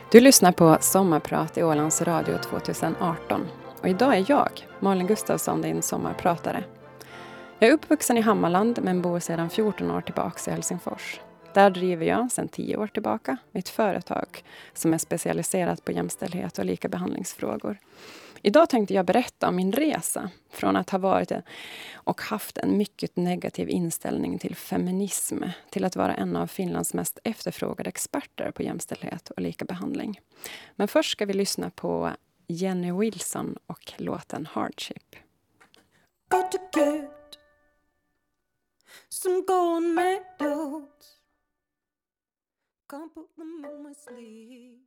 Du lyssnar på Sommarprat i Ålands Radio 2018. Och idag är jag, Malin Gustafsson, din sommarpratare. Jag är uppvuxen i Hammarland men bor sedan 14 år tillbaka i Helsingfors. Där driver jag sedan 10 år tillbaka mitt företag som är specialiserat på jämställdhet och likabehandlingsfrågor. Idag tänkte jag berätta om min resa från att ha varit och haft en mycket negativ inställning till feminism till att vara en av Finlands mest efterfrågade experter på jämställdhet och likabehandling. Men först ska vi lyssna på Jenny Wilson och låten Hardship. Got to get some gold medals. Can't put them on my sleeve.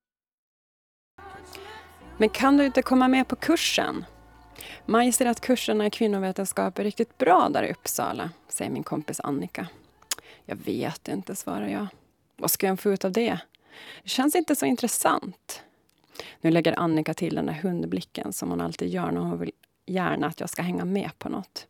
Men kan du inte komma med på kursen? Maj säger att kurserna i kvinnovetenskap är riktigt bra där i Uppsala, säger min kompis Annika. Jag vet inte, svarar jag. Vad ska jag få ut av det? Det känns inte så intressant. Nu lägger Annika till den där hundblicken som hon alltid gör när hon vill gärna att jag ska hänga med på något.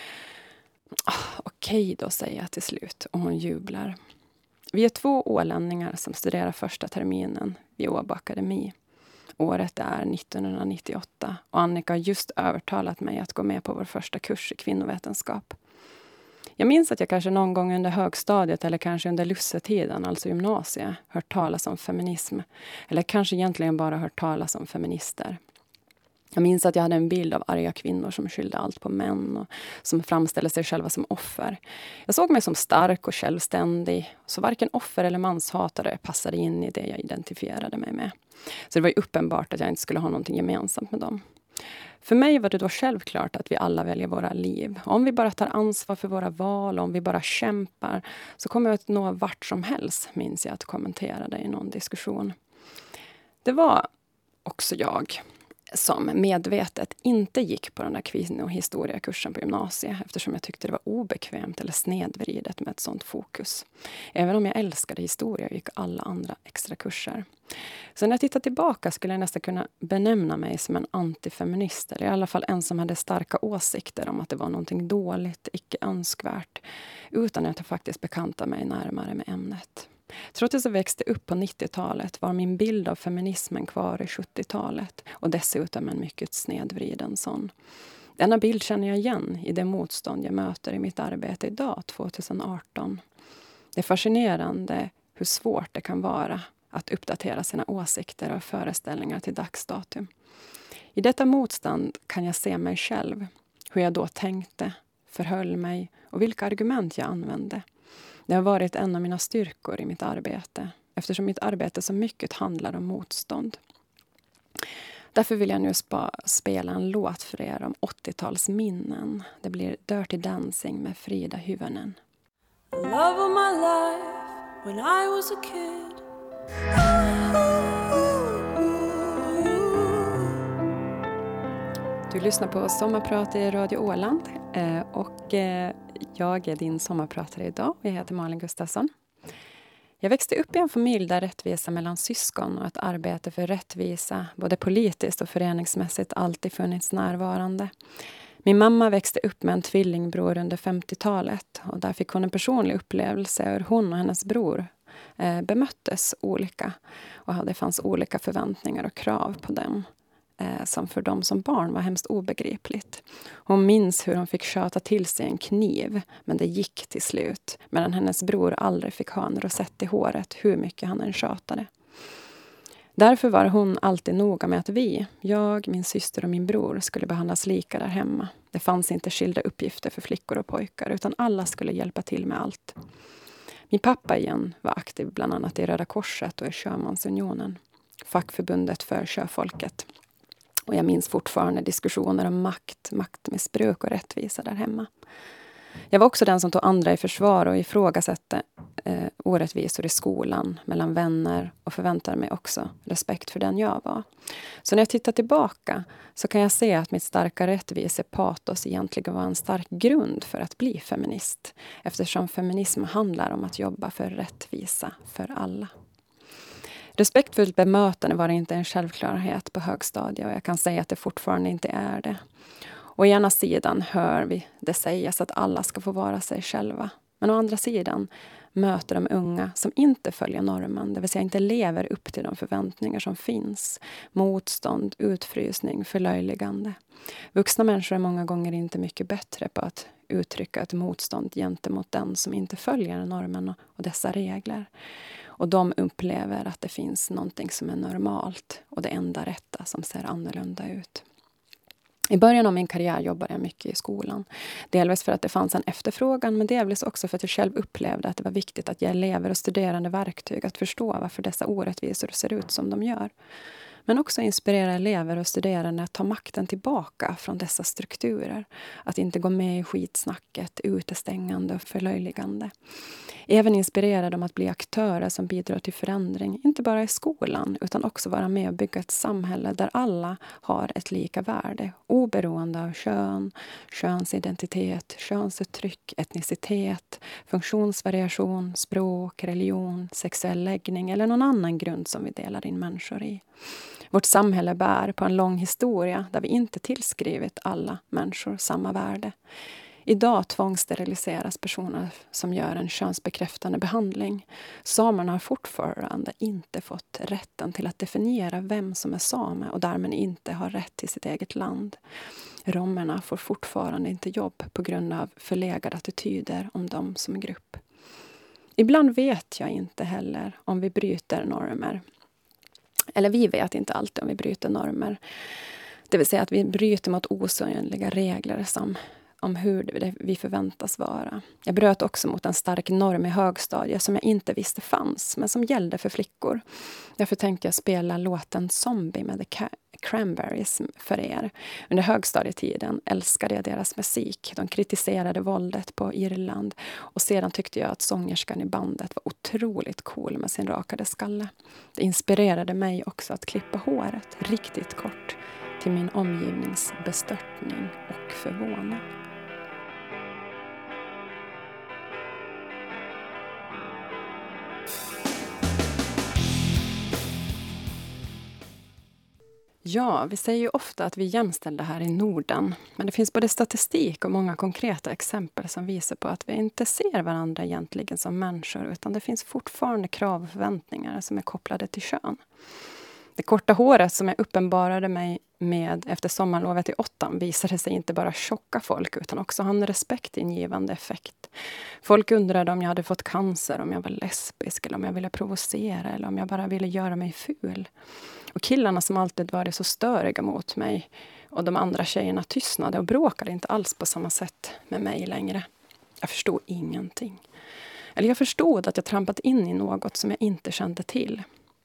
Okej då, säger jag till slut och hon jublar. Vi är 2 ålänningar som studerar första terminen vid Åbo Akademi. Året är 1998 och Annika har just övertalat mig att gå med på vår första kurs i kvinnovetenskap. Jag minns att jag kanske någon gång under högstadiet eller kanske under lussetiden, alltså gymnasiet, hört talas om feminism. Eller kanske egentligen bara hört talas om feminister. Jag minns att jag hade en bild av arga kvinnor som skyllde allt på män och som framställde sig själva som offer. Jag såg mig som stark och självständig, så varken offer eller manshatare passade in i det jag identifierade mig med. Så det var ju uppenbart att jag inte skulle ha någonting gemensamt med dem. För mig var det då självklart att vi alla väljer våra liv. Om vi bara tar ansvar för våra val, om vi bara kämpar, så kommer vi att nå vart som helst, minns jag att kommentera det i någon diskussion. Det var också jag som medvetet inte gick på den där kvinnohistoriekursen på gymnasiet eftersom jag tyckte det var obekvämt eller snedvridet med ett sånt fokus. Även om jag älskade historia gick alla andra extra kurser. Så när jag tittar tillbaka skulle jag nästan kunna benämna mig som en antifeminist eller i alla fall en som hade starka åsikter om att det var någonting dåligt, icke önskvärt utan att jag faktiskt bekantade mig närmare med ämnet. Trots att jag växte upp på 90-talet var min bild av feminismen kvar i 70-talet och dessutom en mycket snedvriden sån. Denna bild känner jag igen i det motstånd jag möter i mitt arbete idag, 2018. Det är fascinerande hur svårt det kan vara att uppdatera sina åsikter och föreställningar till dagsdatum. I detta motstånd kan jag se mig själv, hur jag då tänkte, förhöll mig och vilka argument jag använde. Det har varit en av mina styrkor i mitt arbete, eftersom mitt arbete så mycket handlar om motstånd. Därför vill jag nu spela en låt för er om 80-talsminnen. Det blir Dirty Dancing med Frida Hyvönen. Love of my life when I was a kid. Du lyssnar på Sommarprat i Radio Åland och jag är din sommarpratare idag. Jag heter Malin Gustafsson. Jag växte upp i en familj där rättvisa mellan syskon och ett arbete för rättvisa, både politiskt och föreningsmässigt, alltid funnits närvarande. Min mamma växte upp med en tvillingbror under 50-talet och där fick hon en personlig upplevelse hur hon och hennes bror bemöttes olika och det fanns olika förväntningar och krav på dem. Som för dem som barn var hemskt obegripligt. Hon minns hur hon fick tjata till sig en kniv, men det gick till slut. Medan hennes bror aldrig fick ha en rosett i håret hur mycket han än tjatade. Därför var hon alltid noga med att jag, min syster och min bror skulle behandlas lika där hemma. Det fanns inte skilda uppgifter för flickor och pojkar utan alla skulle hjälpa till med allt. Min pappa igen var aktiv bland annat i Röda Korset och i Sjömansunionen, fackförbundet för sjöfolket. Och jag minns fortfarande diskussioner om maktmissbruk och rättvisa där hemma. Jag var också den som tog andra i försvar och ifrågasatte orättvisor i skolan, mellan vänner och förväntade mig också respekt för den jag var. Så när jag tittar tillbaka så kan jag se att mitt starka rättvisepatos egentligen var en stark grund för att bli feminist. Eftersom feminism handlar om att jobba för rättvisa för alla. Respektfullt bemötande var inte en självklarhet på högstadiet och jag kan säga att det fortfarande inte är det. Å ena sidan hör vi det sägas att alla ska få vara sig själva. Men å andra sidan möter de unga som inte följer normen, det vill säga inte lever upp till de förväntningar som finns. Motstånd, utfrysning, förlöjligande. Vuxna människor är många gånger inte mycket bättre på att uttrycka ett motstånd gentemot den som inte följer normen och dessa regler. Och de upplever att det finns någonting som är normalt och det enda rätta som ser annorlunda ut. I början av min karriär jobbade jag mycket i skolan. Delvis för att det fanns en efterfrågan, men delvis också för att jag själv upplevde att det var viktigt att ge elever och studerande verktyg att förstå varför dessa orättvisor ser ut som de gör. Men också inspirera elever och studerande att ta makten tillbaka från dessa strukturer. Att inte gå med i skitsnacket, utestängande och förlöjligande. Även inspirera dem att bli aktörer som bidrar till förändring, inte bara i skolan utan också vara med och bygga ett samhälle där alla har ett lika värde, oberoende av kön, könsidentitet, könsuttryck, etnicitet, funktionsvariation, språk, religion, sexuell läggning eller någon annan grund som vi delar in människor i. Vårt samhälle bär på en lång historia där vi inte tillskrivit alla människor samma värde. Idag tvångssteriliseras personer som gör en könsbekräftande behandling. Samerna har fortfarande inte fått rätten till att definiera vem som är same och därmed inte har rätt till sitt eget land. Romerna får fortfarande inte jobb på grund av förlegade attityder om dem som grupp. Ibland vet jag inte heller om vi bryter normer. Eller vi vet inte alltid om vi bryter normer. Det vill säga att vi bryter mot osynliga regler om hur vi förväntas vara. Jag bröt också mot en stark norm i högstadiet som jag inte visste fanns, men som gällde för flickor. Därför tänkte jag spela låten Zombie med The Cranberries för er. Under högstadietiden älskade jag deras musik. De kritiserade våldet på Irland och sedan tyckte jag att sångerskan i bandet var otroligt cool med sin rakade skalle. Det inspirerade mig också att klippa håret riktigt kort till min omgivnings bestörtning och förvåning. Ja, vi säger ju ofta att vi är jämställda här i Norden. Men det finns både statistik och många konkreta exempel som visar på att vi inte ser varandra egentligen som människor. Utan det finns fortfarande krav och förväntningar som är kopplade till kön. Det korta håret som jag uppenbarade mig med efter sommarlovet i 8 visade sig inte bara chocka folk utan också ha en respektingivande effekt. Folk undrade om jag hade fått cancer, om jag var lesbisk eller om jag ville provocera eller om jag bara ville göra mig ful. Och killarna som alltid varit så störiga mot mig och de andra tjejerna tystnade och bråkade inte alls på samma sätt med mig längre. Jag förstod ingenting. Eller jag förstod att jag trampat in i något som jag inte kände till.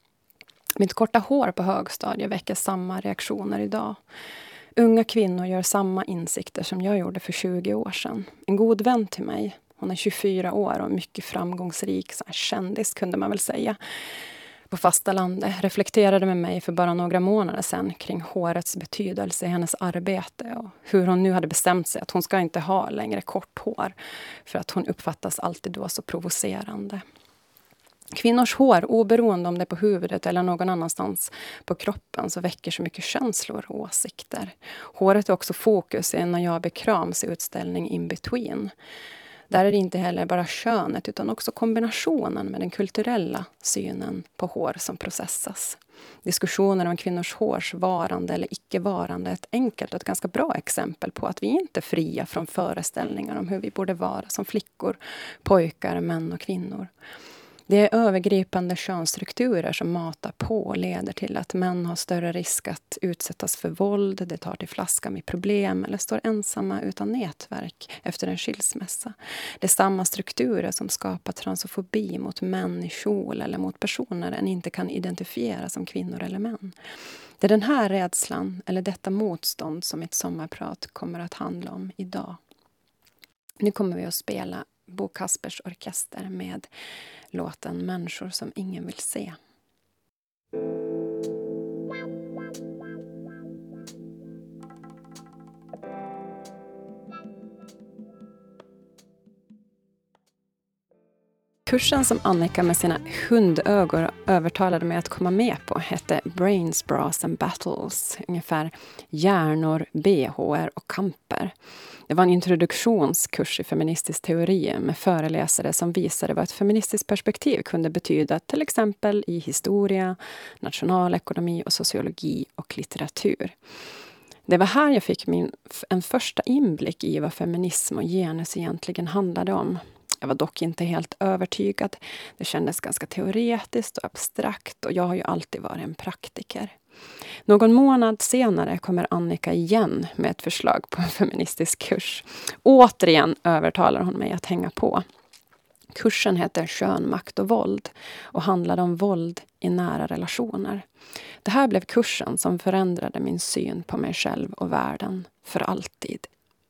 Mitt korta hår på högstadiet väcker samma reaktioner idag. Unga kvinnor gör samma insikter som jag gjorde för 20 år sedan. En god vän till mig, hon är 24 år och mycket framgångsrik, så här kändis kunde man väl säga, på fasta landet, reflekterade med mig för bara några månader sedan kring hårets betydelse i hennes arbete och hur hon nu hade bestämt sig att hon ska inte ha längre kort hår för att hon uppfattas alltid då så provocerande. Kvinnors hår, oberoende om det är på huvudet eller någon annanstans på kroppen, så väcker så mycket känslor och åsikter. Håret är också fokus i en Nayabe Krams utställning In Between. Där är det inte heller bara könet utan också kombinationen med den kulturella synen på hår som processas. Diskussioner om kvinnors hårs varande eller icke-varande är ett enkelt och ett ganska bra exempel på att vi inte är fria från föreställningar om hur vi borde vara som flickor, pojkar, män och kvinnor. Det är övergripande könsstrukturer som matar på och leder till att män har större risk att utsättas för våld, det tar till flaskan med problem eller står ensamma utan nätverk efter en skilsmässa. Det är samma strukturer som skapar transofobi mot män i kjol eller mot personer en inte kan identifiera som kvinnor eller män. Det är den här rädslan eller detta motstånd som mitt sommarprat kommer att handla om idag. Nu kommer vi att spela Bo Kaspers Orkester med låten Människor som ingen vill se. Kursen som Annika med sina hundögon övertalade mig att komma med på hette Brains, Bras and Battles, ungefär hjärnor, BHR och kamper. Det var en introduktionskurs i feministisk teori med föreläsare som visade vad ett feministiskt perspektiv kunde betyda till exempel i historia, nationalekonomi och sociologi och litteratur. Det var här jag fick en första inblick i vad feminism och genus egentligen handlade om. Jag var dock inte helt övertygad. Det kändes ganska teoretiskt och abstrakt och jag har ju alltid varit en praktiker. Någon månad senare kommer Annika igen med ett förslag på en feministisk kurs. Återigen övertalar hon mig att hänga på. Kursen heter Kön, makt och våld och handlade om våld i nära relationer. Det här blev kursen som förändrade min syn på mig själv och världen för alltid.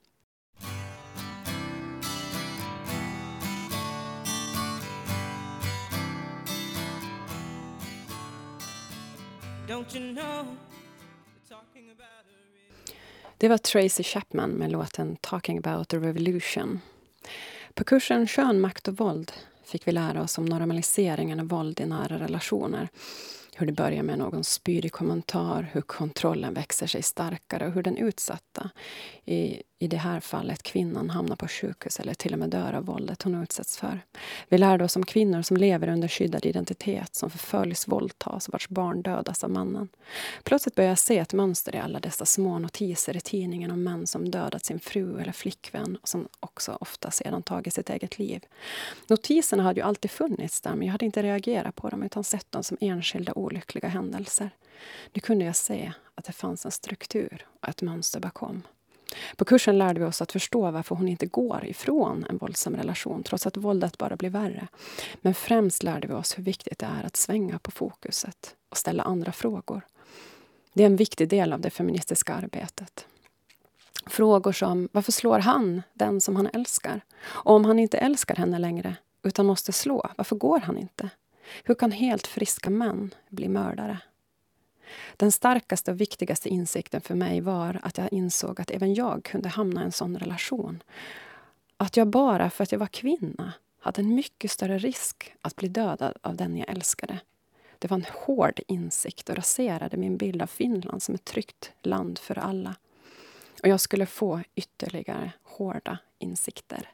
Det var Tracy Chapman med låten Talking about the Revolution. På kursen Kön, makt och våld fick vi lära oss om normaliseringen av våld i nära relationer. Hur det börjar med någon spydig kommentar, hur kontrollen växer sig starkare och hur den utsatta, i det här fallet kvinnan, hamnar på sjukhus eller till och med dör av våldet hon utsätts för. Vi lärde oss om kvinnor som lever under skyddad identitet, som förföljs, våldtas och vars barn dödas av mannen. Plötsligt började jag se ett mönster i alla dessa små notiser i tidningen om män som dödat sin fru eller flickvän och som också ofta sedan tagit sitt eget liv. Notiserna hade ju alltid funnits där, men jag hade inte reagerat på dem utan sett dem som enskilda olyckliga händelser. Nu kunde jag se att det fanns en struktur och ett mönster bakom. På kursen lärde vi oss att förstå varför hon inte går ifrån en våldsam relation trots att våldet bara blir värre. Men främst lärde vi oss hur viktigt det är att svänga på fokuset och ställa andra frågor. Det är en viktig del av det feministiska arbetet. Frågor som, varför slår han den som han älskar? Och om han inte älskar henne längre utan måste slå, varför går han inte? Hur kan helt friska män bli mördare? Den starkaste och viktigaste insikten för mig var att jag insåg att även jag kunde hamna i en sån relation. Att jag bara för att jag var kvinna hade en mycket större risk att bli dödad av den jag älskade. Det var en hård insikt och raserade min bild av Finland som ett tryggt land för alla. Och jag skulle få ytterligare hårda insikter.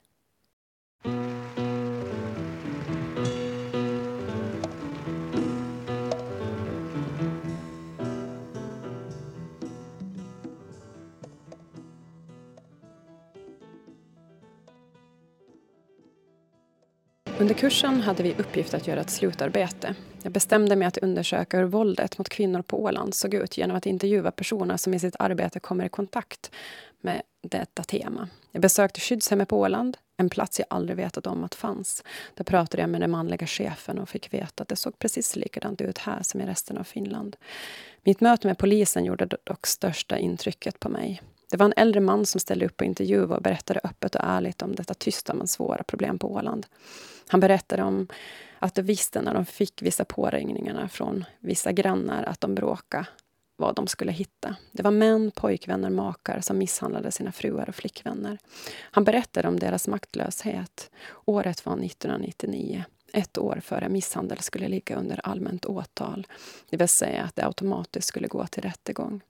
Under kursen hade vi uppgift att göra ett slutarbete. Jag bestämde mig att undersöka hur våldet mot kvinnor på Åland såg ut genom att intervjua personer som i sitt arbete kommer i kontakt med detta tema. Jag besökte skyddshemmet på Åland, en plats jag aldrig vetat om att fanns. Där pratade jag med den manliga chefen och fick veta att det såg precis likadant ut här som i resten av Finland. Mitt möte med polisen gjorde dock största intrycket på mig. Det var en äldre man som ställde upp på intervju och berättade öppet och ärligt om detta tysta men svåra problem på Åland. Han berättade om att de visste när de fick vissa påringningarna från vissa grannar att de bråkade vad de skulle hitta. Det var män, pojkvänner, makar som misshandlade sina fruar och flickvänner. Han berättade om deras maktlöshet. Året var 1999. 1 år före misshandel skulle ligga under allmänt åtal. Det vill säga att det automatiskt skulle gå till rättegång.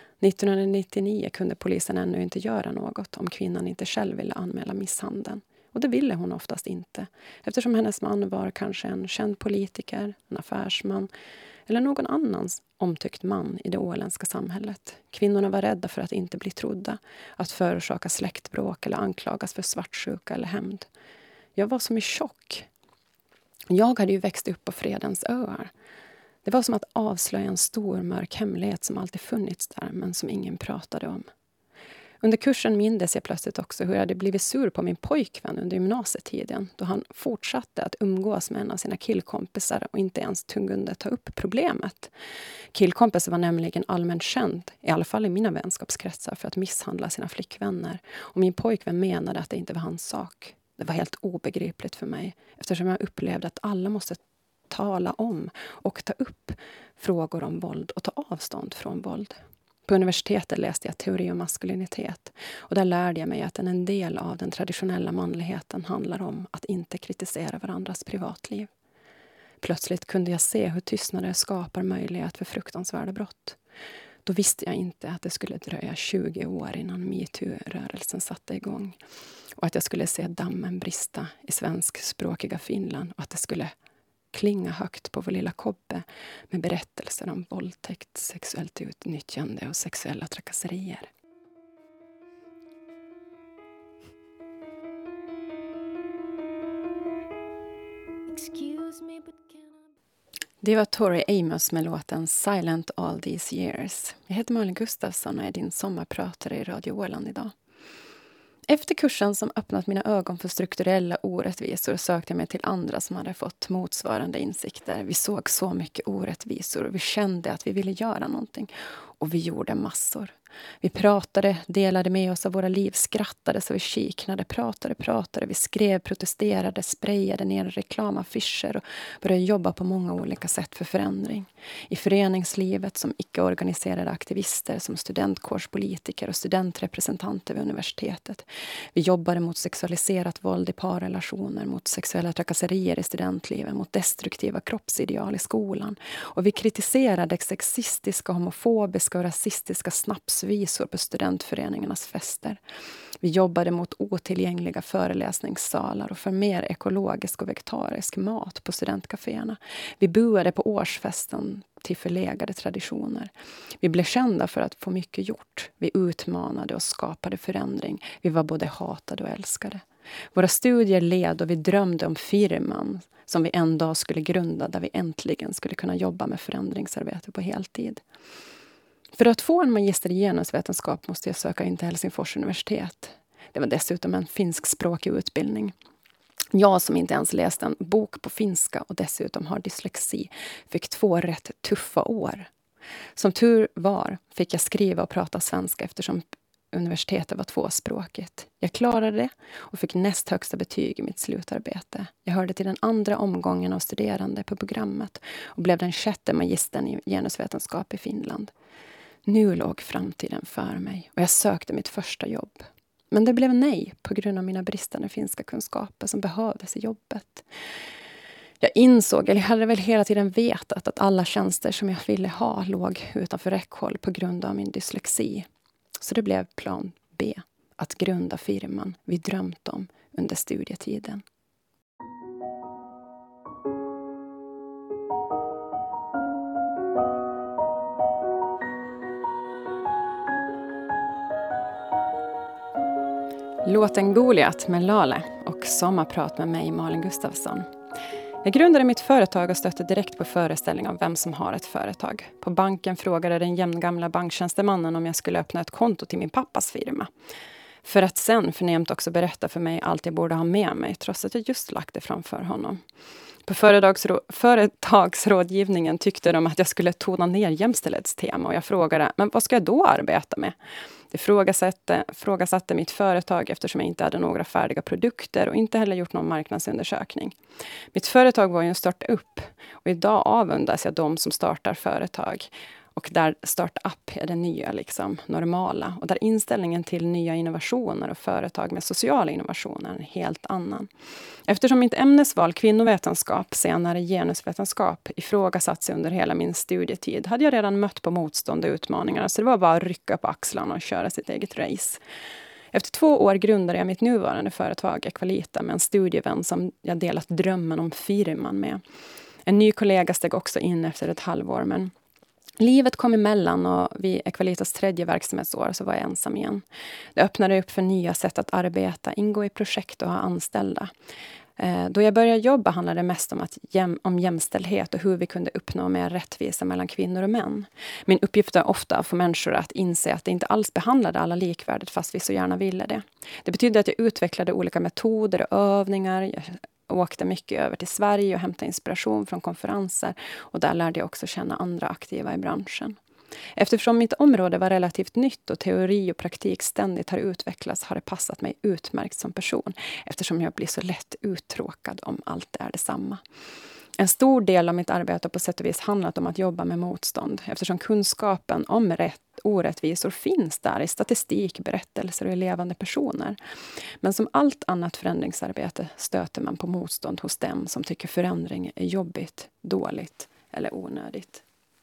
1999 kunde polisen ännu inte göra något om kvinnan inte själv ville anmäla misshandeln. Och det ville hon oftast inte, eftersom hennes man var kanske en känd politiker, en affärsman eller någon annans omtyckt man i det åländska samhället. Kvinnorna var rädda för att inte bli trodda, att förorsaka släktbråk eller anklagas för svartsjuka eller hämnd. Jag var som i chock. Jag hade ju växt upp på Fredens öar. Det var som att avslöja en stor mörk hemlighet som alltid funnits där men som ingen pratade om. Under kursen mindes jag plötsligt också hur jag hade blivit sur på min pojkvän under gymnasietiden då han fortsatte att umgås med en av sina killkompisar och inte ens tungunde ta upp problemet. Killkompisen var nämligen allmänt känd, i alla fall i mina vänskapskretsar, för att misshandla sina flickvänner och min pojkvän menade att det inte var hans sak. Det var helt obegripligt för mig eftersom jag upplevde att alla måste tala om och ta upp frågor om våld och ta avstånd från våld. På universitetet läste jag teori om maskulinitet och där lärde jag mig att en del av den traditionella manligheten handlar om att inte kritisera varandras privatliv. Plötsligt kunde jag se hur tystnader skapar möjlighet för fruktansvärda brott. Då visste jag inte att det skulle dröja 20 år innan MeToo-rörelsen satte igång. Och att jag skulle se dammen brista i svenskspråkiga Finland och att det skulle klinga högt på vår lilla kobbe med berättelser om våldtäkt, sexuellt utnyttjande och sexuella trakasserier. Excuse me, but can I... Det var Tori Amos med låten Silent All These Years. Jag heter Malin Gustafsson och är din sommarpratare i Radio Åland idag. Efter kursen som öppnat mina ögon för strukturella orättvisor sökte jag mig till andra som hade fått motsvarande insikter. Vi såg så mycket orättvisor och vi kände att vi ville göra någonting. Och vi gjorde massor. Vi pratade, delade med oss av våra liv, skrattade så vi kiknade, pratade. Vi skrev, protesterade, sprayade ner reklamaffischer och började jobba på många olika sätt för förändring. I föreningslivet som icke-organiserade aktivister, som studentkårspolitiker och studentrepresentanter vid universitetet. Vi jobbade mot sexualiserat våld i parrelationer, mot sexuella trakasserier i studentlivet, mot destruktiva kroppsideal i skolan. Och vi kritiserade sexistiska, homofobiska och rasistiska snapsvisor på studentföreningarnas fester. Vi jobbade mot otillgängliga föreläsningssalar och för mer ekologisk och vegetarisk mat på studentcaféerna. Vi buade på årsfesten till förlegade traditioner. Vi blev kända för att få mycket gjort. Vi utmanade och skapade förändring. Vi var både hatade och älskade. Våra studier led och vi drömde om firman som vi en dag skulle grunda där vi äntligen skulle kunna jobba med förändringsarbete på heltid. För att få en magister i genusvetenskap måste jag söka in till Helsingfors universitet. Det var dessutom en finskspråkig utbildning. Jag som inte ens läste en bok på finska och dessutom har dyslexi fick 2 rätt tuffa år. Som tur var fick jag skriva och prata svenska eftersom universitetet var 2-språkigt. Jag klarade det och fick näst högsta betyg i mitt slutarbete. Jag hörde till den andra omgången av studerande på programmet och blev den 6:e magistern i genusvetenskap i Finland. Nu låg framtiden för mig och jag sökte mitt första jobb. Men det blev nej på grund av mina bristande finska kunskaper som behövdes i jobbet. Jag insåg, eller jag hade väl hela tiden vetat att alla tjänster som jag ville ha låg utanför räckhåll på grund av min dyslexi. Så det blev plan B, att grunda firman vi drömt om under studietiden. Låten Goliat med Lale och sommarprat med mig, Malin Gustafsson. Jag grundade mitt företag och stötte direkt på föreställning om vem som har ett företag. På banken frågade den jämngamla banktjänstemannen om jag skulle öppna ett konto till min pappas firma. För att sen förnämt också berätta för mig allt jag borde ha med mig, trots att jag just lagt det framför honom. På företagsrådgivningen tyckte de att jag skulle tona ner jämställdhetstema och jag frågade, men vad ska jag då arbeta med? Det frågasatte mitt företag eftersom jag inte hade några färdiga produkter och inte heller gjort någon marknadsundersökning. Mitt företag var ju en startup och idag avundas jag de som startar företag. Och där startup är det nya normala. Och där inställningen till nya innovationer och företag med sociala innovationer är en helt annan. Eftersom mitt ämnesval kvinnovetenskap, senare genusvetenskap, ifrågasatts under hela min studietid hade jag redan mött på motstånd och utmaningar. Så det var bara att rycka på axlarna och köra sitt eget race. Efter 2 år grundade jag mitt nuvarande företag Equalita med en studievän som jag delat drömmen om firman med. En ny kollega steg också in efter ett halvår, men livet kom emellan och vid Equalitas 3:e verksamhetsår så var jag ensam igen. Det öppnade upp för nya sätt att arbeta, ingå i projekt och ha anställda. Då jag började jobba handlade det mest om jämställdhet och hur vi kunde uppnå mer rättvisa mellan kvinnor och män. Min uppgift är ofta att få människor att inse att det inte alls behandlade alla likvärdigt fast vi så gärna ville det. Det betydde att jag utvecklade olika metoder och övningar. Jag åkte mycket över till Sverige och hämtade inspiration från konferenser och där lärde jag också känna andra aktiva i branschen. Eftersom mitt område var relativt nytt och teori och praktik ständigt har utvecklats har det passat mig utmärkt som person eftersom jag blir så lätt uttråkad om allt är detsamma. En stor del av mitt arbete har på sätt och vis handlat om att jobba med motstånd, eftersom kunskapen om orättvisor finns där i statistik, berättelser och i levande personer. Men som allt annat förändringsarbete stöter man på motstånd hos dem som tycker förändring är jobbigt, dåligt eller onödigt.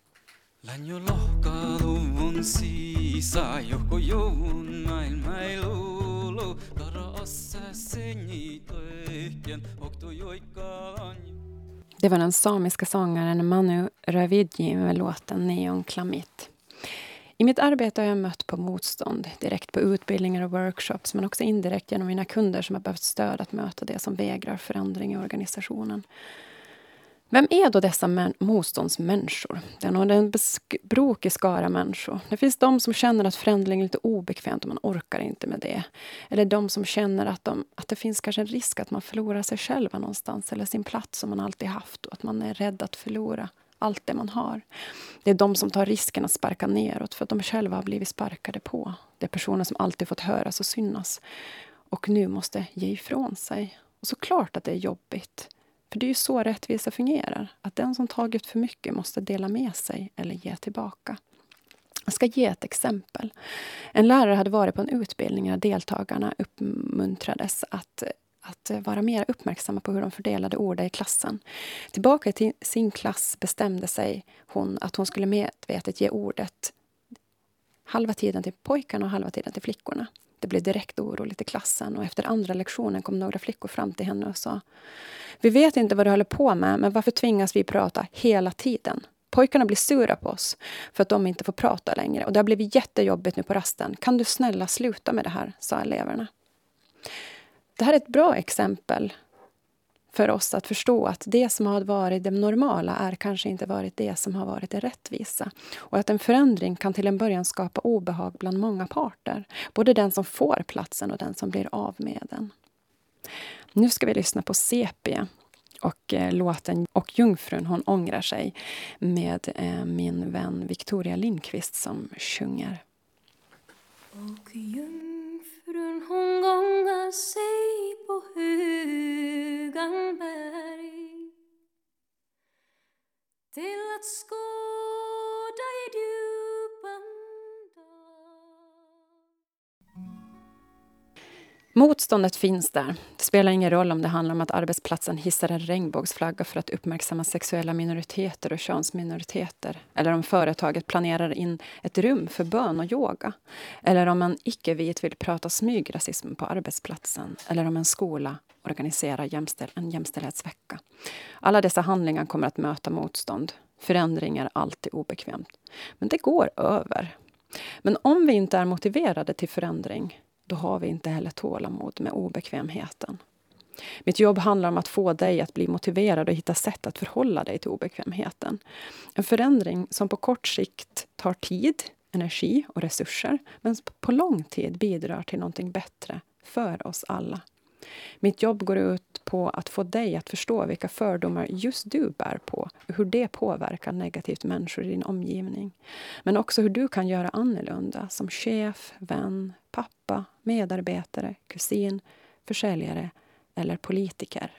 Det var den samiska sångaren Manu Ravidji med låten Neon Klamit. I mitt arbete har jag mött på motstånd, direkt på utbildningar och workshops, men också indirekt genom mina kunder som har behövt stöd att möta det som vägrar förändring i organisationen. Vem är då dessa motståndsmänniskor? Det är nog en brokig skara människor. Det finns de som känner att förändring är lite obekvämt och man orkar inte med det. Eller de som känner att det finns kanske en risk att man förlorar sig själva någonstans eller sin plats som man alltid haft och att man är rädd att förlora allt det man har. Det är de som tar risken att sparka neråt för att de själva har blivit sparkade på. Det är personer som alltid fått höras och synas och nu måste ge ifrån sig. Och såklart att det är jobbigt. För det är ju så rättvisa fungerar. Att den som tagit för mycket måste dela med sig eller ge tillbaka. Jag ska ge ett exempel. En lärare hade varit på en utbildning där deltagarna uppmuntrades att vara mer uppmärksamma på hur de fördelade ord i klassen. Tillbaka till sin klass bestämde sig hon att hon skulle medvetet ge ordet halva tiden till pojkarna och halva tiden till flickorna. Det blev direkt oroligt i klassen och efter andra lektionen kom några flickor fram till henne och sa: "Vi vet inte vad du håller på med, men varför tvingas vi prata hela tiden? Pojkarna blir sura på oss för att de inte får prata längre och det har blivit jättejobbigt nu på rasten. Kan du snälla sluta med det här?" sa eleverna. Det här är ett bra exempel för oss att förstå att det som har varit det normala är kanske inte varit det som har varit det rättvisa. Och att en förändring kan till en början skapa obehag bland många parter. Både den som får platsen och den som blir av med den. Nu ska vi lyssna på Sepia och låten Och Jungfrun hon ångrar sig med min vän Victoria Lindqvist som sjunger. Och jungfrun hon gångar sig på högan berg till att skåda i djupan dal. Motståndet finns där. Det spelar ingen roll om det handlar om att arbetsplatsen hissar en regnbågsflagga för att uppmärksamma sexuella minoriteter och könsminoriteter. Eller om företaget planerar in ett rum för bön och yoga. Eller om en icke-vit vill prata smygrasism på arbetsplatsen. Eller om en skola organiserar en jämställdhetsvecka. Alla dessa handlingar kommer att möta motstånd. Förändring är alltid obekvämt. Men det går över. Men om vi inte är motiverade till förändring, då har vi inte heller tålamod med obekvämheten. Mitt jobb handlar om att få dig att bli motiverad och hitta sätt att förhålla dig till obekvämheten. En förändring som på kort sikt tar tid, energi och resurser, men på lång tid bidrar till någonting bättre för oss alla. Mitt jobb går ut på att få dig att förstå vilka fördomar just du bär på och hur det påverkar negativt människor i din omgivning. Men också hur du kan göra annorlunda som chef, vän, pappa, medarbetare, kusin, försäljare eller politiker.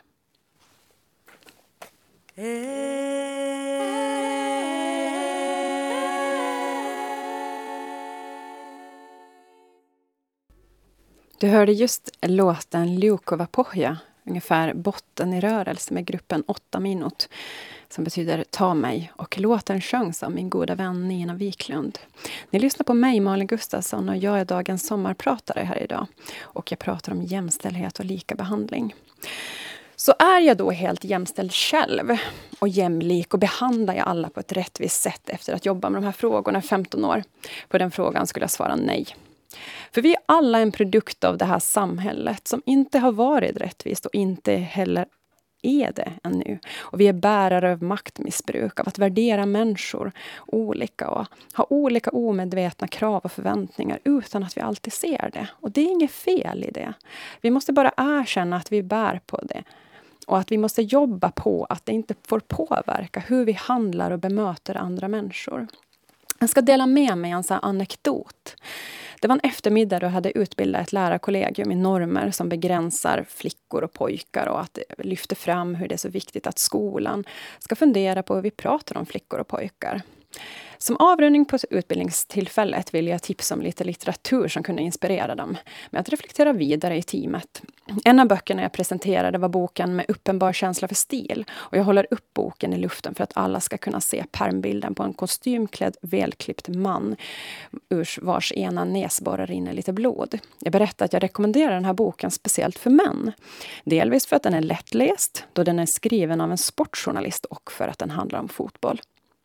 Du hörde just låten Liukova Pohja, ungefär botten i rörelse med gruppen 8 minut, som betyder ta mig. Och låten sjöngs av min goda vän Nina Wiklund. Ni lyssnar på mig, Malin Gustafsson, och jag är dagens sommarpratare här idag. Och jag pratar om jämställdhet och lika behandling. Så är jag då helt jämställd själv och jämlik och behandlar jag alla på ett rättvist sätt efter att jobba med de här frågorna i 15 år? På den frågan skulle jag svara nej. För vi är alla en produkt av det här samhället som inte har varit rättvist och inte heller är det ännu. Och vi är bärare av maktmissbruk, av att värdera människor olika och ha olika omedvetna krav och förväntningar utan att vi alltid ser det. Och det är inget fel i det. Vi måste bara erkänna att vi bär på det. Och att vi måste jobba på att det inte får påverka hur vi handlar och bemöter andra människor. Jag ska dela med mig en sån här anekdot. Det var en eftermiddag då jag hade utbildat ett lärarkollegium i normer som begränsar flickor och pojkar och att det lyfter fram hur det är så viktigt att skolan ska fundera på hur vi pratar om flickor och pojkar. Som avrundning på utbildningstillfället vill jag tipsa om lite litteratur som kunde inspirera dem med att reflektera vidare i teamet. En av böckerna jag presenterade var boken Med uppenbar känsla för stil, och jag håller upp boken i luften för att alla ska kunna se pärmbilden på en kostymklädd, välklippt man ur vars ena näsborre rinner lite blod. Jag berättar att jag rekommenderar den här boken speciellt för män. Delvis för att den är lättläst, då den är skriven av en sportjournalist, och för att den handlar om fotboll.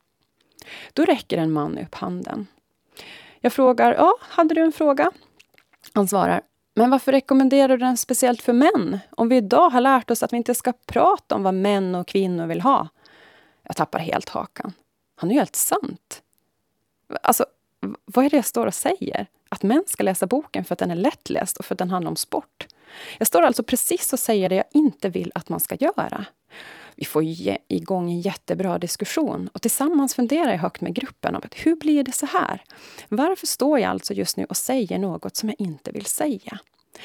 Då räcker en man upp handen. Jag frågar, hade du en fråga? Han svarar, men varför rekommenderar du den speciellt för män? Om vi idag har lärt oss att vi inte ska prata om vad män och kvinnor vill ha. Jag tappar helt hakan. Han är ju helt sant. Alltså, vad är det jag står och säger? Att män ska läsa boken för att den är lättläst och för att den handlar om sport. Jag står alltså precis och säger det jag inte vill att man ska göra. Vi får igång en jättebra diskussion och tillsammans funderar jag högt med gruppen om att hur blir det så här? Varför står jag alltså just nu och säger något som jag inte vill säga?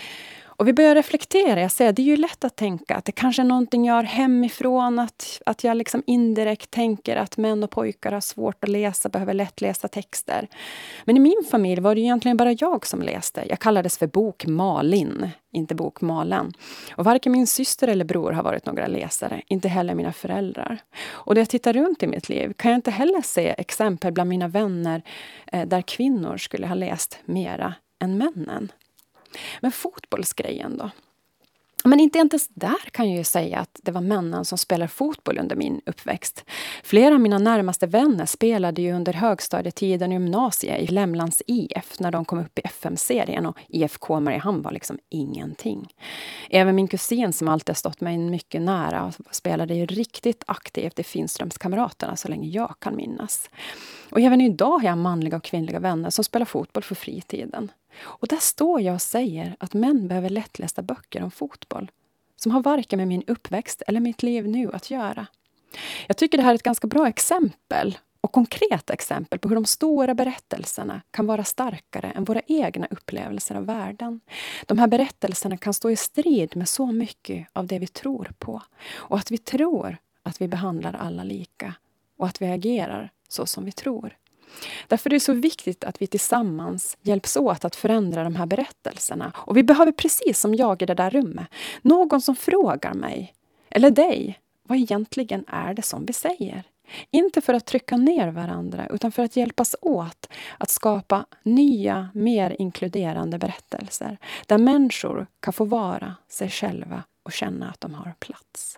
Och vi börjar reflektera. Jag säger, det är ju lätt att tänka att det kanske är någonting jag har hemifrån. Att jag liksom indirekt tänker att män och pojkar har svårt att läsa, behöver lättlästa texter. Men i min familj var det egentligen bara jag som läste. Jag kallades för bok Malin, inte bok Malen. Och varken min syster eller bror har varit några läsare, inte heller mina föräldrar. Och när jag tittar runt i mitt liv kan jag inte heller se exempel bland mina vänner där kvinnor skulle ha läst mera än männen. Men fotbollsgrejen då? Men inte ens där kan jag ju säga att det var männen som spelar fotboll under min uppväxt. Flera av mina närmaste vänner spelade ju under högstadietiden i gymnasiet i Lämlands IF när de kom upp i FM-serien, och IFK Mariehamn var liksom ingenting. Även min kusin som alltid har stått mig mycket nära spelade ju riktigt aktivt i Finströmskamraterna så länge jag kan minnas. Och även idag har jag manliga och kvinnliga vänner som spelar fotboll för fritiden. Och där står jag och säger att män behöver lättlästa böcker om fotboll som har varken med min uppväxt eller mitt liv nu att göra. Jag tycker det här är ett ganska bra exempel och konkreta exempel på hur de stora berättelserna kan vara starkare än våra egna upplevelser av världen. De här berättelserna kan stå i strid med så mycket av det vi tror på, och att vi tror att vi behandlar alla lika och att vi agerar så som vi tror. Därför är det så viktigt att vi tillsammans hjälps åt att förändra de här berättelserna. Och vi behöver, precis som jag i det där rummet, någon som frågar mig, eller dig, vad egentligen är det som vi säger? Inte för att trycka ner varandra, utan för att hjälpas åt att skapa nya, mer inkluderande berättelser. Där människor kan få vara sig själva och känna att de har plats.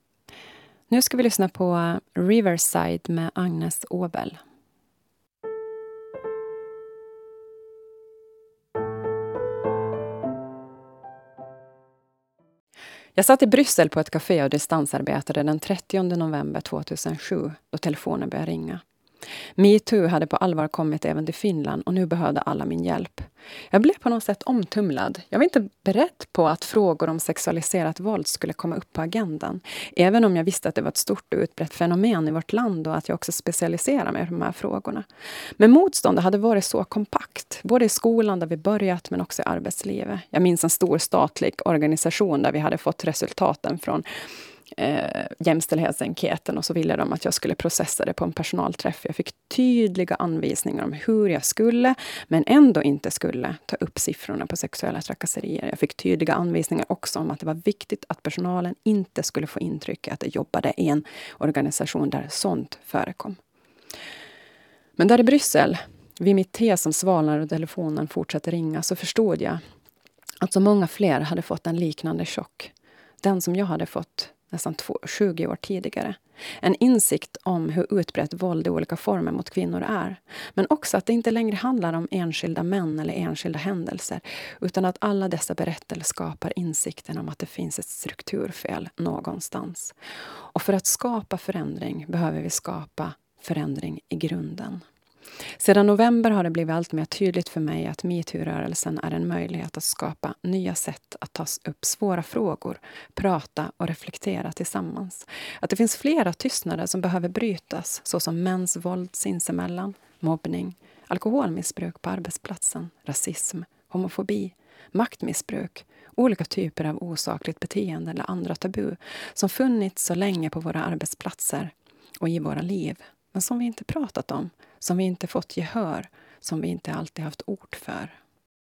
Nu ska vi lyssna på Riverside med Agnes Åbel. Jag satt i Bryssel på ett café och distansarbetade den 30 november 2007 då telefonen började ringa. MeToo hade på allvar kommit även till Finland och nu behövde alla min hjälp. Jag blev på något sätt omtumlad. Jag var inte beredd på att frågor om sexualiserat våld skulle komma upp på agendan. Även om jag visste att det var ett stort och utbrett fenomen i vårt land och att jag också specialiserar mig i de här frågorna. Men motståndet hade varit så kompakt. Både i skolan där vi börjat men också i arbetslivet. Jag minns en stor statlig organisation där vi hade fått resultaten från jämställdhetsenkäten, och så ville de att jag skulle processa det på en personalträff. Jag fick tydliga anvisningar om hur jag skulle, men ändå inte skulle ta upp siffrorna på sexuella trakasserier. Jag fick tydliga anvisningar också om att det var viktigt att personalen inte skulle få intryck att de jobbade i en organisation där sånt förekom. Men där i Bryssel, vid mitt te som svalnar och telefonen fortsatte ringa, så förstod jag att så många fler hade fått en liknande chock. Den som jag hade fått nästan 20 år tidigare. En insikt om hur utbrett våld i olika former mot kvinnor är. Men också att det inte längre handlar om enskilda män eller enskilda händelser. Utan att alla dessa berättelser skapar insikten om att det finns ett strukturfel någonstans. Och för att skapa förändring behöver vi skapa förändring i grunden. Sedan november har det blivit allt mer tydligt för mig att MeToo-rörelsen är en möjlighet att skapa nya sätt att ta upp svåra frågor, prata och reflektera tillsammans. Att det finns flera tystnader som behöver brytas, såsom mäns våld sinsemellan, mobbning, alkoholmissbruk på arbetsplatsen, rasism, homofobi, maktmissbruk, olika typer av osakligt beteende eller andra tabu som funnits så länge på våra arbetsplatser och i våra liv, men som vi inte pratat om, som vi inte fått gehör, som vi inte alltid haft ord för.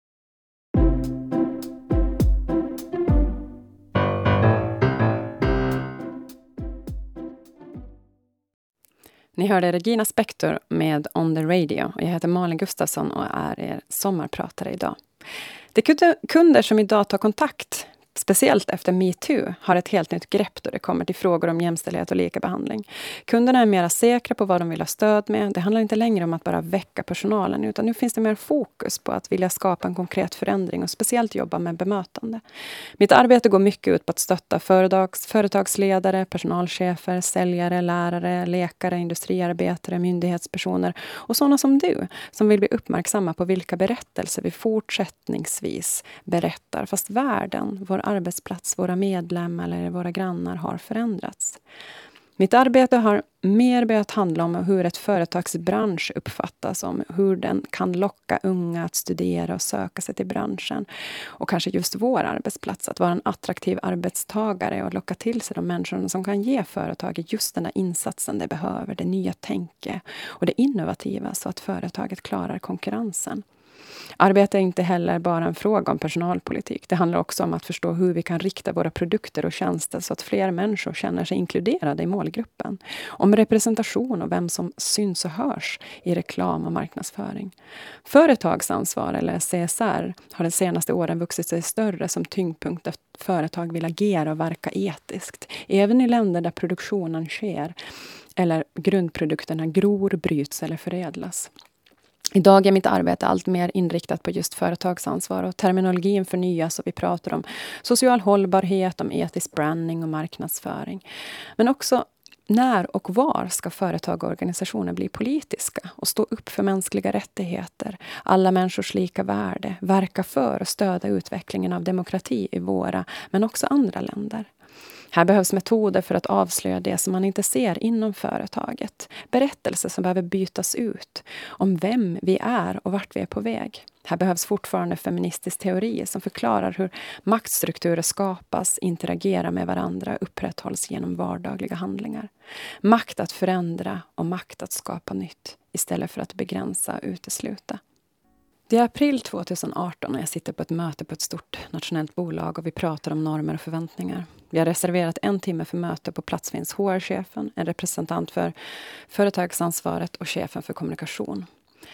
Ni hörde Regina Spektor med On the Radio och jag heter Malin Gustafsson och är er sommarpratare idag. De kunder som idag tar kontakt, speciellt efter MeToo, har ett helt nytt grepp då det kommer till frågor om jämställdhet och likabehandling. Kunderna är mer säkra på vad de vill ha stöd med. Det handlar inte längre om att bara väcka personalen, utan nu finns det mer fokus på att vilja skapa en konkret förändring och speciellt jobba med bemötande. Mitt arbete går mycket ut på att stötta företagsledare, personalchefer, säljare, lärare, läkare, industriarbetare, myndighetspersoner och sådana som du som vill bli uppmärksamma på vilka berättelser vi fortsättningsvis berättar, fast världen, vår arbetsplats, våra medlemmar eller våra grannar har förändrats. Mitt arbete har mer börjat handla om hur ett företags bransch uppfattas, om hur den kan locka unga att studera och söka sig till branschen. Och kanske just vår arbetsplats, att vara en attraktiv arbetstagare och locka till sig de människorna som kan ge företaget just den här insatsen det behöver, det nya tänket och det innovativa så att företaget klarar konkurrensen. Arbete är inte heller bara en fråga om personalpolitik. Det handlar också om att förstå hur vi kan rikta våra produkter och tjänster så att fler människor känner sig inkluderade i målgruppen. Om representation och vem som syns och hörs i reklam och marknadsföring. Företagsansvar eller CSR har de senaste åren vuxit sig större som tyngdpunkt att företag vill agera och verka etiskt. Även i länder där produktionen sker eller grundprodukterna gror, bryts eller förädlas. Idag är mitt arbete allt mer inriktat på just företagsansvar och terminologin förnyas och vi pratar om social hållbarhet, om etisk branding och marknadsföring. Men också när och var ska företag och organisationer bli politiska och stå upp för mänskliga rättigheter, alla människors lika värde, verka för och stödja utvecklingen av demokrati i våra men också andra länder. Här behövs metoder för att avslöja det som man inte ser inom företaget. Berättelser som behöver bytas ut om vem vi är och vart vi är på väg. Här behövs fortfarande feministisk teori som förklarar hur maktstrukturer skapas, interagerar med varandra och upprätthålls genom vardagliga handlingar. Makt att förändra och makt att skapa nytt istället för att begränsa och utesluta. Det är april 2018 och jag sitter på ett möte på ett stort nationellt bolag och vi pratar om normer och förväntningar. Vi har reserverat 1 timme för möte. På plats finns HR-chefen, en representant för företagsansvaret och chefen för kommunikation.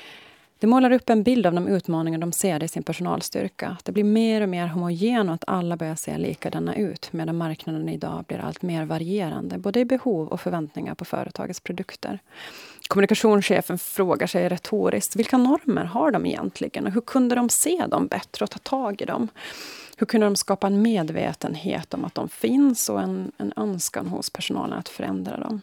Det målar upp en bild av de utmaningar de ser i sin personalstyrka. Det blir mer och mer homogen och att alla börjar se likadana ut medan marknaden idag blir allt mer varierande både i behov och förväntningar på företagets produkter. Kommunikationschefen frågar sig retoriskt, vilka normer har de egentligen och hur kunde de se dem bättre och ta tag i dem? Hur kunde de skapa en medvetenhet om att de finns och en önskan hos personalen att förändra dem?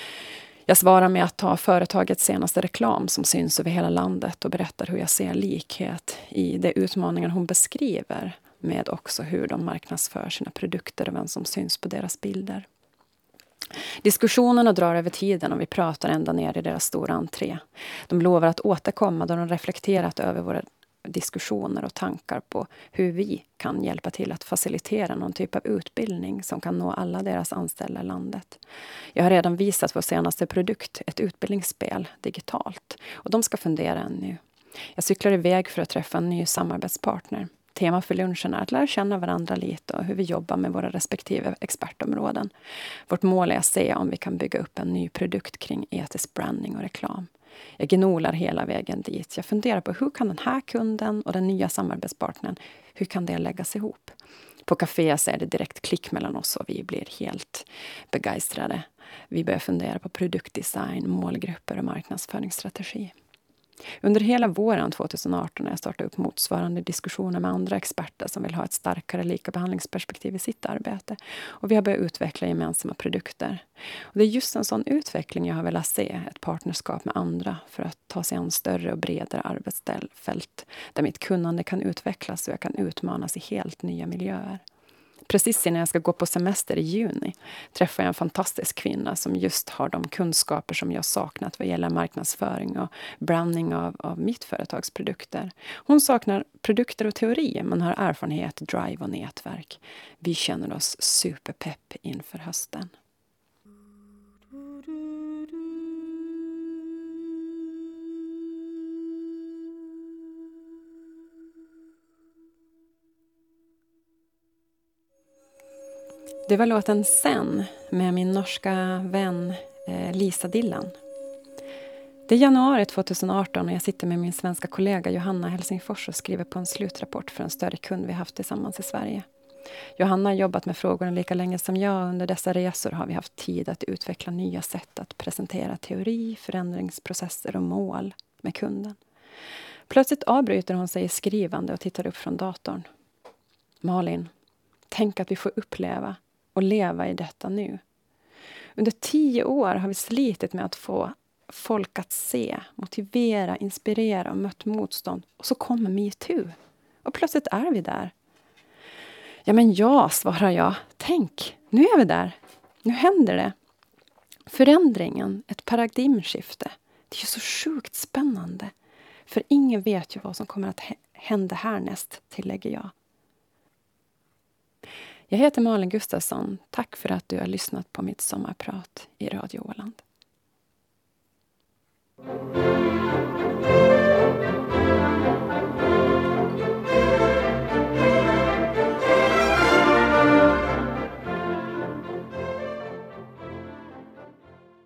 Jag svarar med att ta företagets senaste reklam som syns över hela landet och berättar hur jag ser likhet i de utmaningar hon beskriver med också hur de marknadsför sina produkter och vem som syns på deras bilder. Diskussionerna drar över tiden och vi pratar ända ner i deras stora entré. De lovar att återkomma då de reflekterat över våra diskussioner och tankar på hur vi kan hjälpa till att facilitera någon typ av utbildning som kan nå alla deras anställda i landet. Jag har redan visat vår senaste produkt, ett utbildningsspel, digitalt. Och de ska fundera ännu. Jag cyklar iväg för att träffa en ny samarbetspartner. Tema för lunchen är att lära känna varandra lite och hur vi jobbar med våra respektive expertområden. Vårt mål är att se om vi kan bygga upp en ny produkt kring etisk branding och reklam. Jag gnolar hela vägen dit. Jag funderar på hur kan den här kunden och den nya samarbetspartnern, hur kan det läggas ihop? På café så är det direkt klick mellan oss och vi blir helt begeistrade. Vi börjar fundera på produktdesign, målgrupper och marknadsföringsstrategi. Under hela våren 2018 har jag startat upp motsvarande diskussioner med andra experter som vill ha ett starkare likabehandlingsperspektiv i sitt arbete. Och vi har börjat utveckla gemensamma produkter. Och det är just en sån utveckling jag har velat se, ett partnerskap med andra för att ta sig an större och bredare arbetsfält där mitt kunnande kan utvecklas och jag kan utmanas i helt nya miljöer. Precis innan jag ska gå på semester i juni träffar jag en fantastisk kvinna som just har de kunskaper som jag saknat vad gäller marknadsföring och branding av mitt företags produkter. Hon saknar produkter och teori men har erfarenhet, drive och nätverk. Vi känner oss superpepp inför hösten. Det var låten Sen med min norska vän Lisa Dillan. Det är januari 2018 och jag sitter med min svenska kollega Johanna Helsingfors och skriver på en slutrapport för en större kund vi haft tillsammans i Sverige. Johanna har jobbat med frågorna lika länge som jag. Under dessa resor har vi haft tid att utveckla nya sätt att presentera teori, förändringsprocesser och mål med kunden. Plötsligt avbryter hon sig i skrivande och tittar upp från datorn. Malin, tänk att vi får uppleva och leva i detta nu. Under 10 år har vi slitit med att få folk att se, motivera, inspirera och mött motstånd. Och så kommer MeToo. Och plötsligt är vi där. Ja men ja, svarar jag. Tänk, nu är vi där. Nu händer det. Förändringen, ett paradigmskifte. Det är ju så sjukt spännande. För ingen vet ju vad som kommer att hända härnäst, tillägger jag. Jag heter Malin Gustafsson. Tack för att du har lyssnat på mitt sommarprat i Radio Åland.